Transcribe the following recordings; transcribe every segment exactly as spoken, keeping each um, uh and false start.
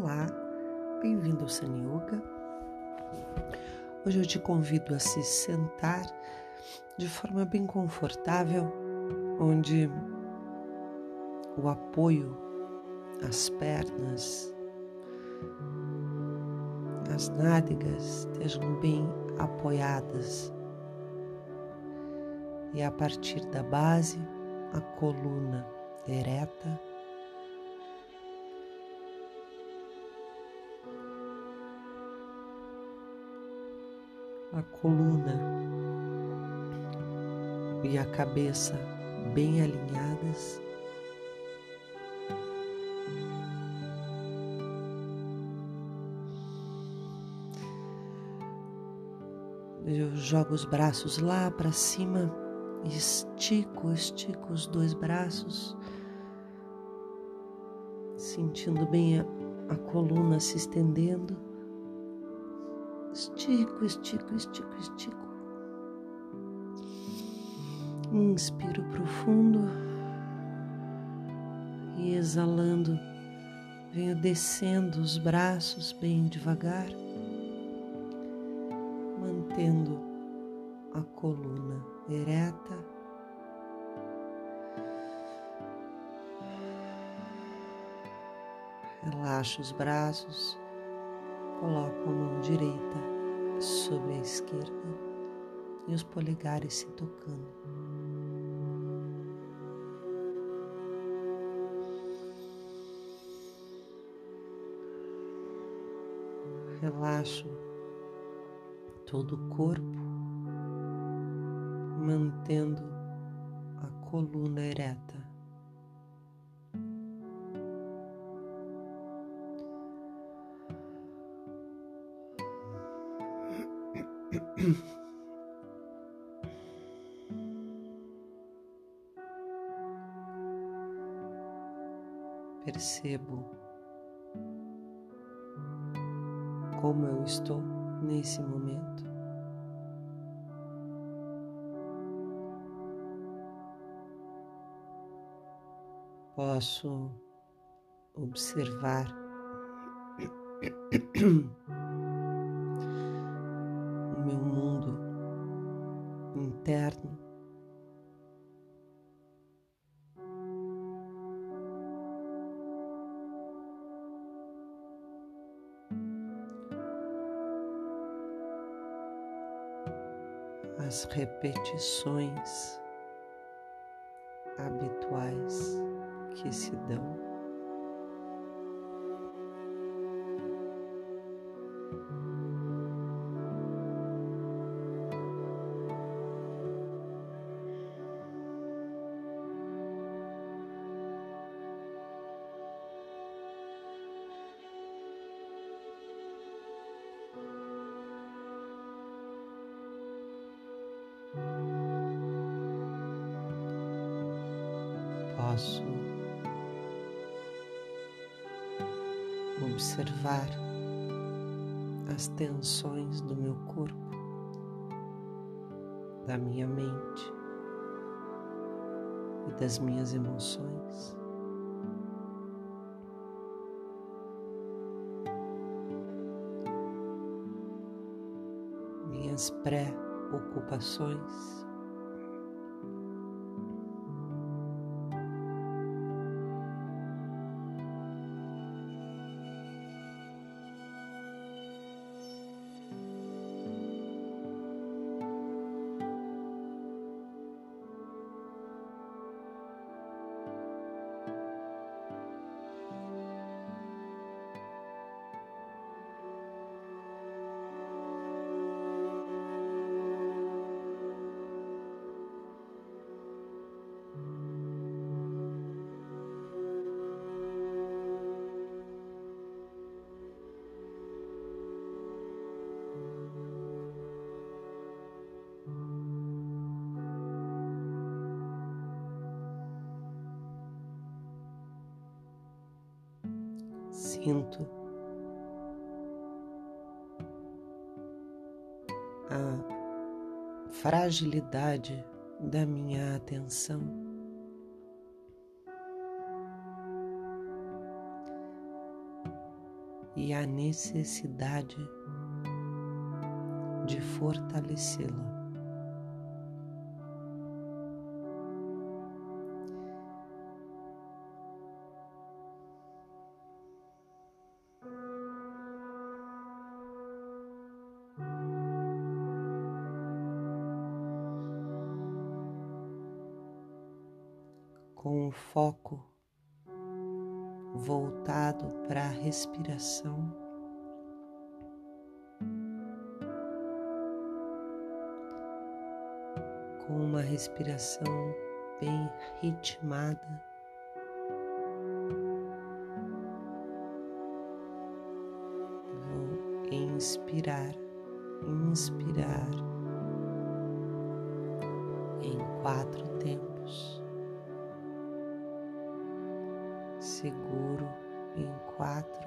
Olá, bem-vindo ao Sun Yoga. Hoje eu te convido a se sentar de forma bem confortável, onde o apoio, as pernas, as nádegas estejam bem apoiadas e a partir da base, a coluna ereta, a coluna e a cabeça bem alinhadas. Eu jogo os braços lá para cima, estico, estico os dois braços, sentindo bem a, a coluna se estendendo. Estico, estico, estico, estico. Inspiro profundo e exalando, venho descendo os braços bem devagar, mantendo a coluna ereta. Relaxo os braços, coloco a mão direita sobre a esquerda e os polegares se tocando. Relaxo todo o corpo, mantendo a coluna ereta. Percebo como eu estou nesse momento. Posso observar o meu mundo interno. As repetições habituais que se dão. Posso observar as tensões do meu corpo, da minha mente e das minhas emoções. Minhas pré-ocupações. Sinto a fragilidade da minha atenção. e a necessidade de fortalecê-la. Com o foco voltado para a respiração, com uma respiração bem ritmada, vou inspirar, inspirar em quatro tempos. Seguro em quatro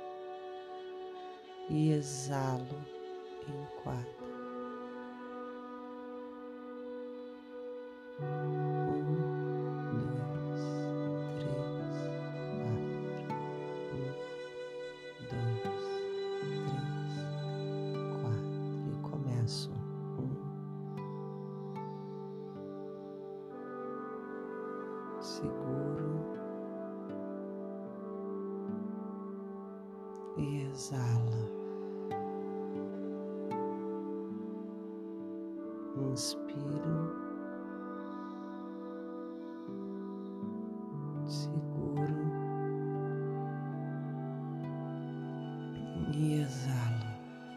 e exalo em quatro. Um, dois, três, quatro. Um, dois, três, quatro. E começo. Um, seguro. E exala. Inspiro, seguro e exalo.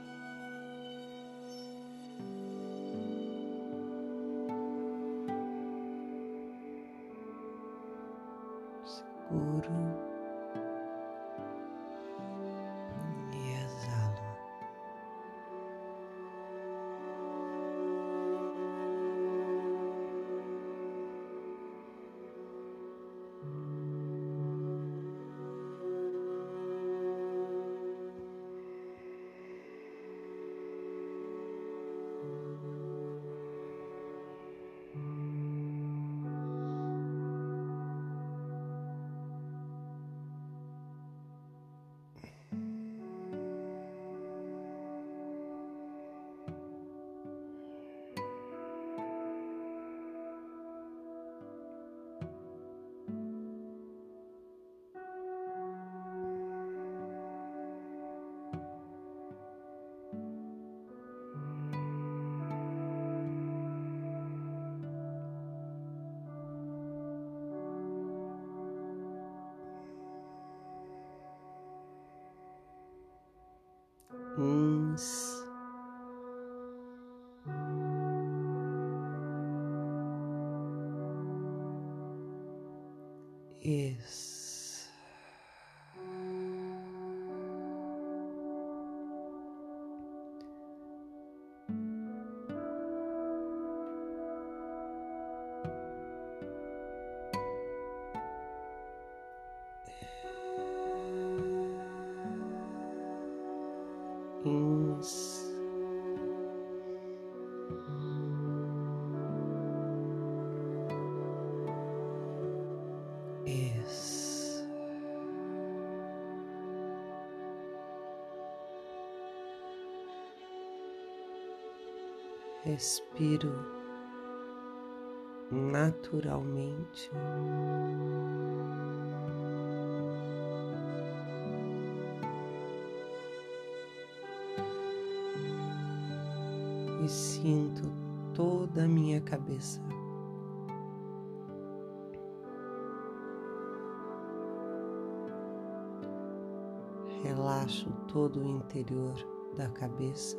Seguro. Ins, ex, ins, ex. Respiro naturalmente. E sinto toda a minha cabeça. Relaxo todo o interior da cabeça.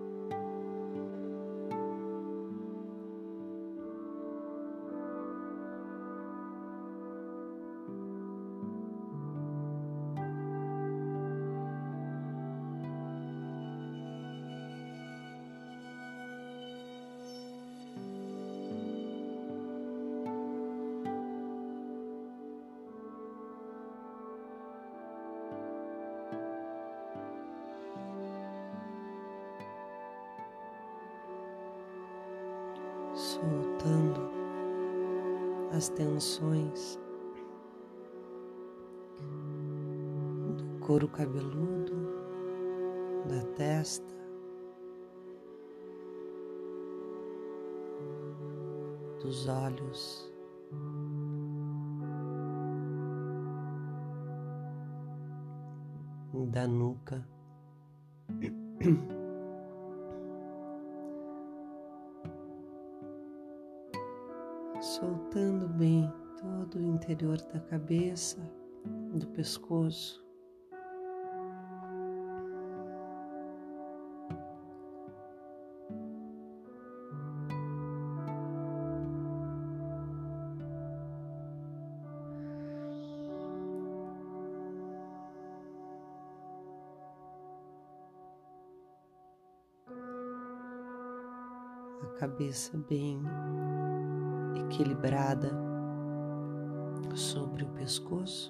Soltando as tensões do couro cabeludo, da testa, dos olhos, da nuca, soltando bem todo o interior da cabeça, do pescoço. A cabeça bem equilibrada sobre o pescoço.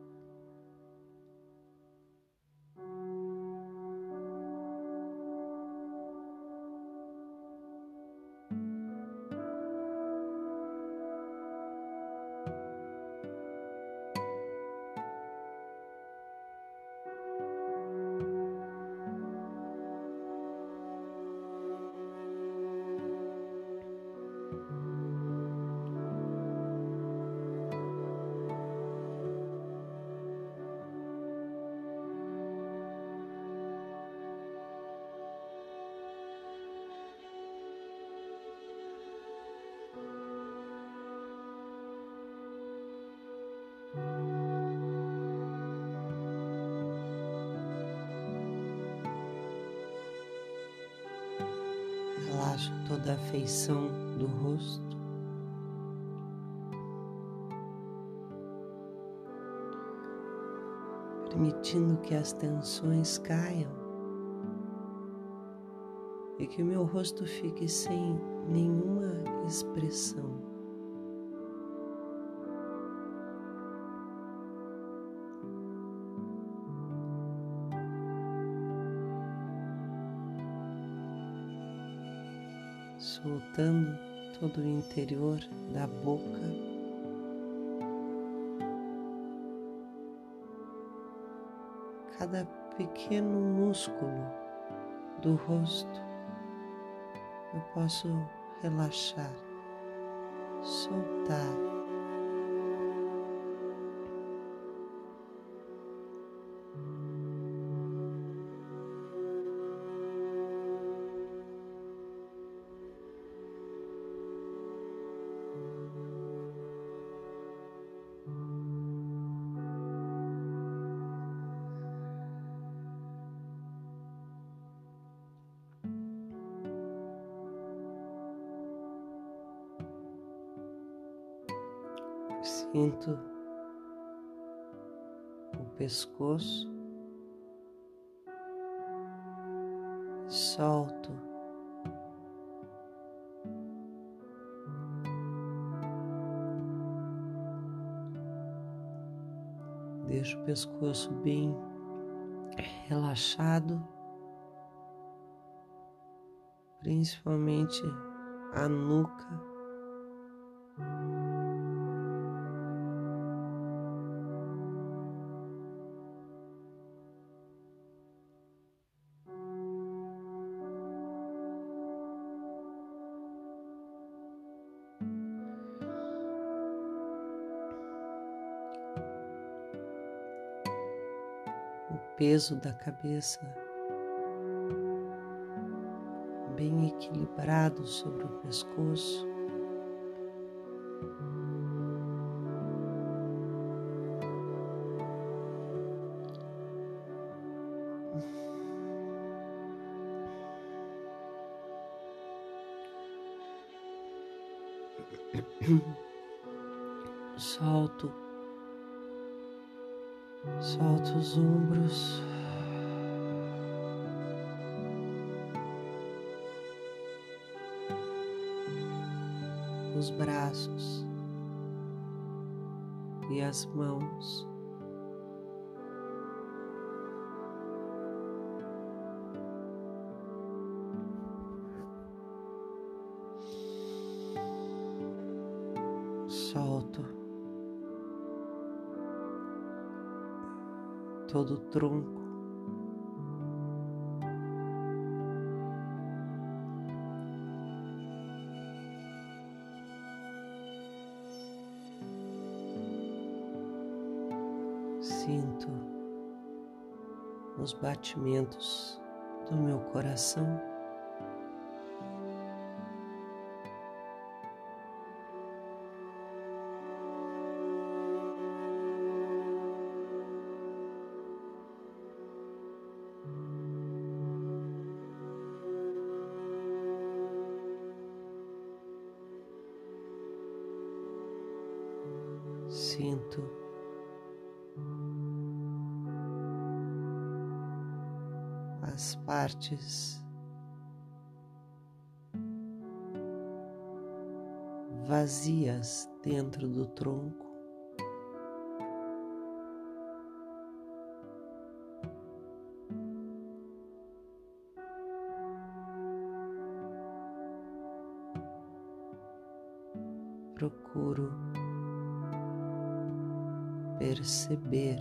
Relaxa toda a feição do rosto. Permitindo que as tensões caiam e que o meu rosto fique sem nenhuma expressão. Soltando todo o interior da boca, cada pequeno músculo do rosto eu posso relaxar, soltar. Sinto o pescoço, solto deixo o pescoço bem relaxado, principalmente a nuca. O peso da cabeça bem equilibrado sobre o pescoço. Solto, solto os ombros, os braços e as mãos. Solto todo o tronco, Sinto os batimentos do meu coração. Sinto as partes vazias dentro do tronco. Procuro perceber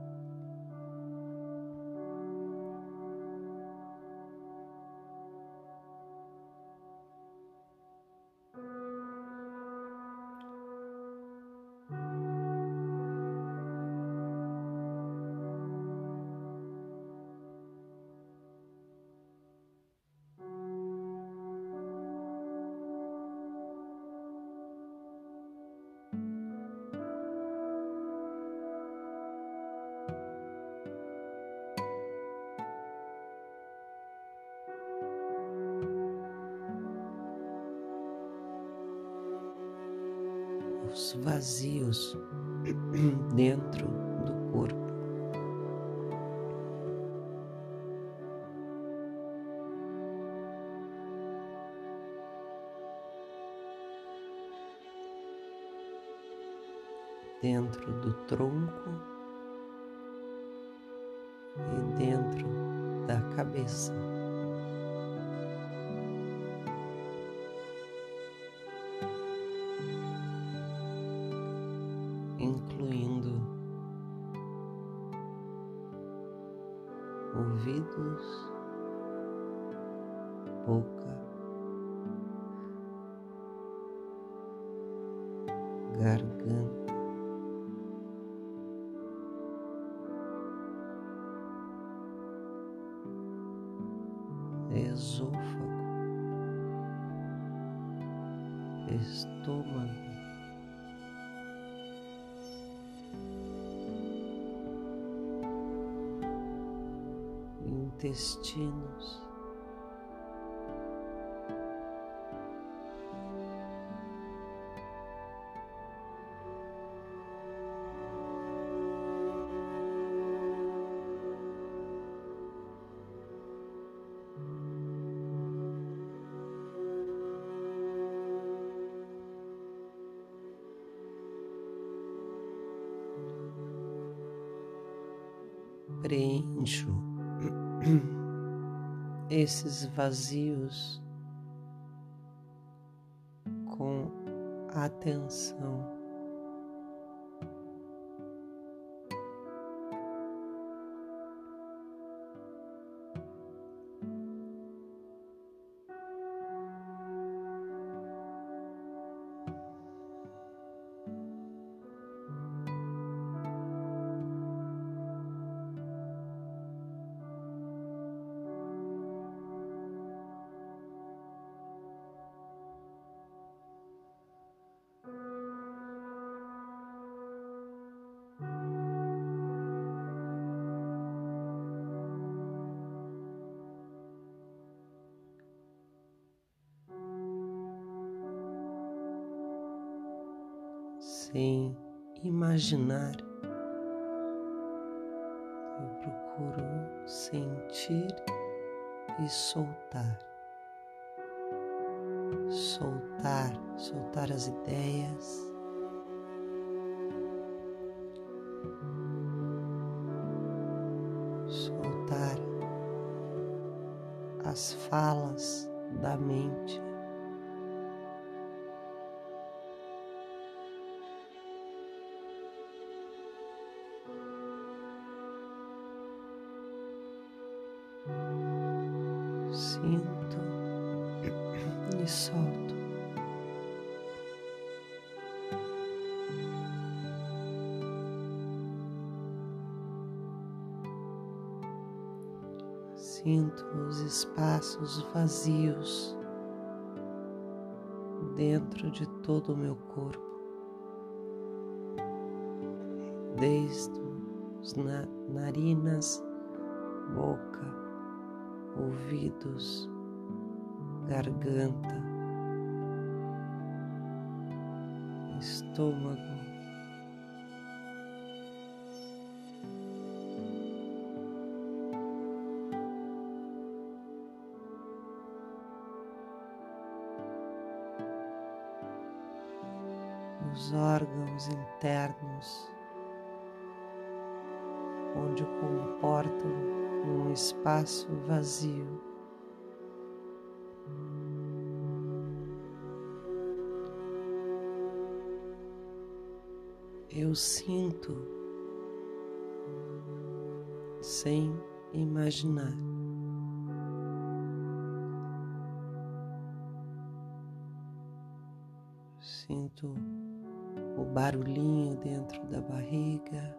os vazios dentro do corpo. Dentro do tronco e dentro da cabeça. Incluindo ouvidos, boca, garganta, esôfago, estômago, intestinos, preencho esses vazios com atenção. Sem imaginar, eu procuro sentir e soltar. Soltar, soltar as ideias, soltar as falas da mente. Sinto e solto. Sinto os espaços vazios dentro de todo o meu corpo, desde os na- narinas, boca, ouvidos, garganta, estômago, os órgãos internos, onde comportam um espaço vazio. Eu sinto sem imaginar. Sinto o barulhinho dentro da barriga,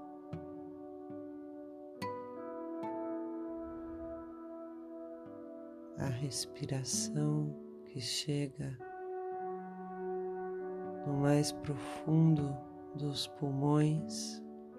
a respiração que chega no mais profundo dos pulmões.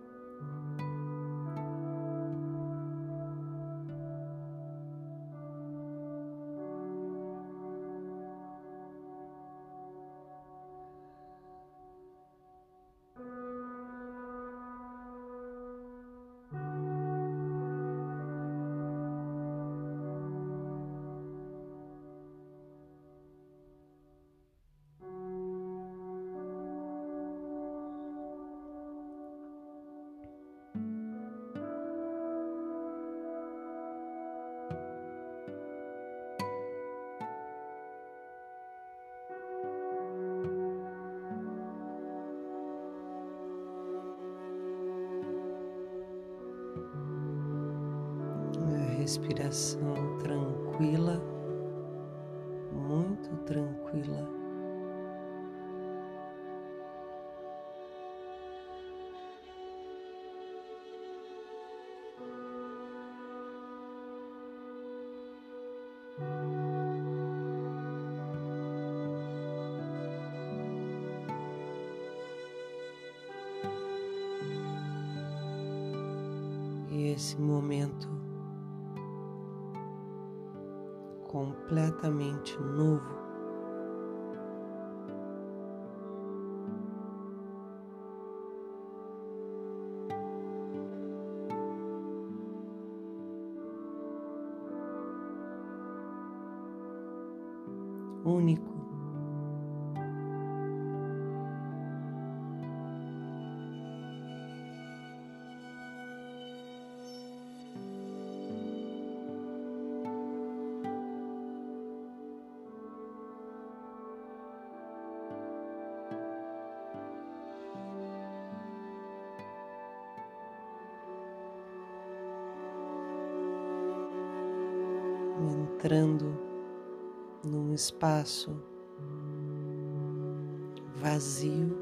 Respiração tranquila, muito tranquila. E esse momento completamente novo, único, entrando num espaço vazio,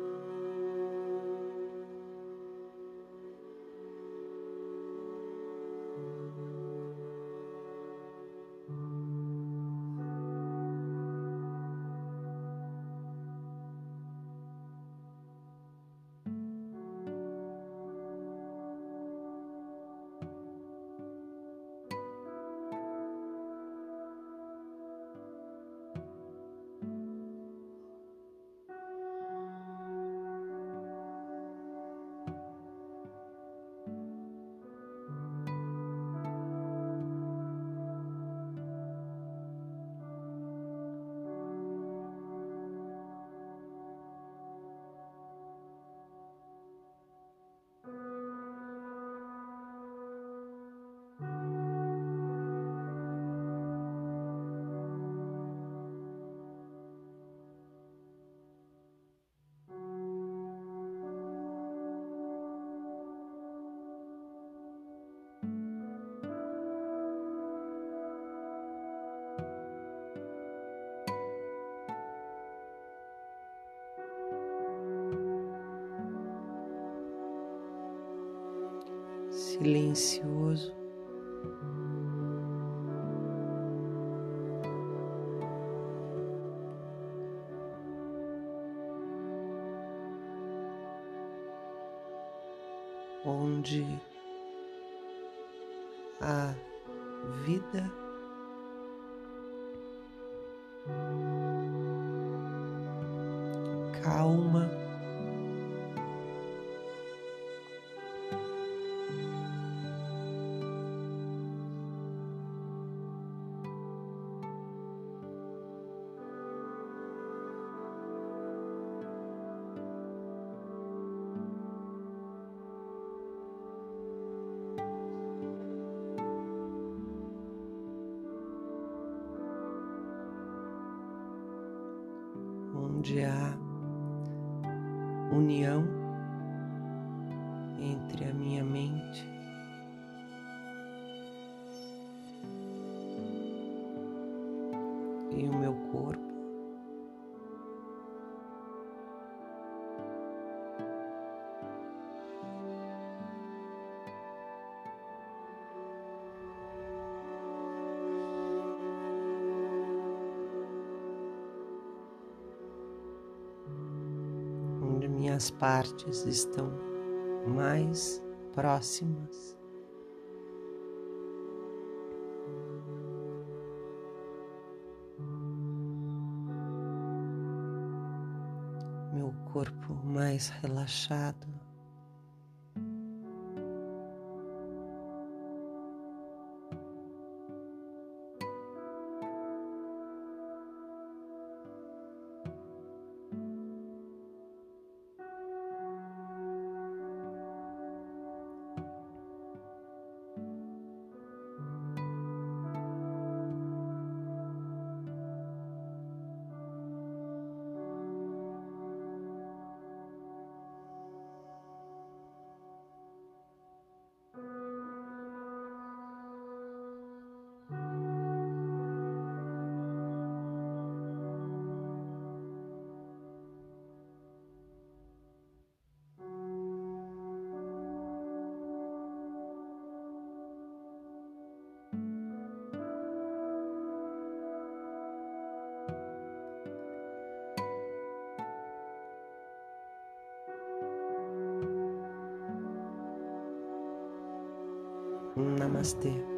silencioso, onde a vida calma, onde há união entre a minha mente e o meu corpo. Onde minhas partes estão mais próximas. Meu corpo mais relaxado. Namastê.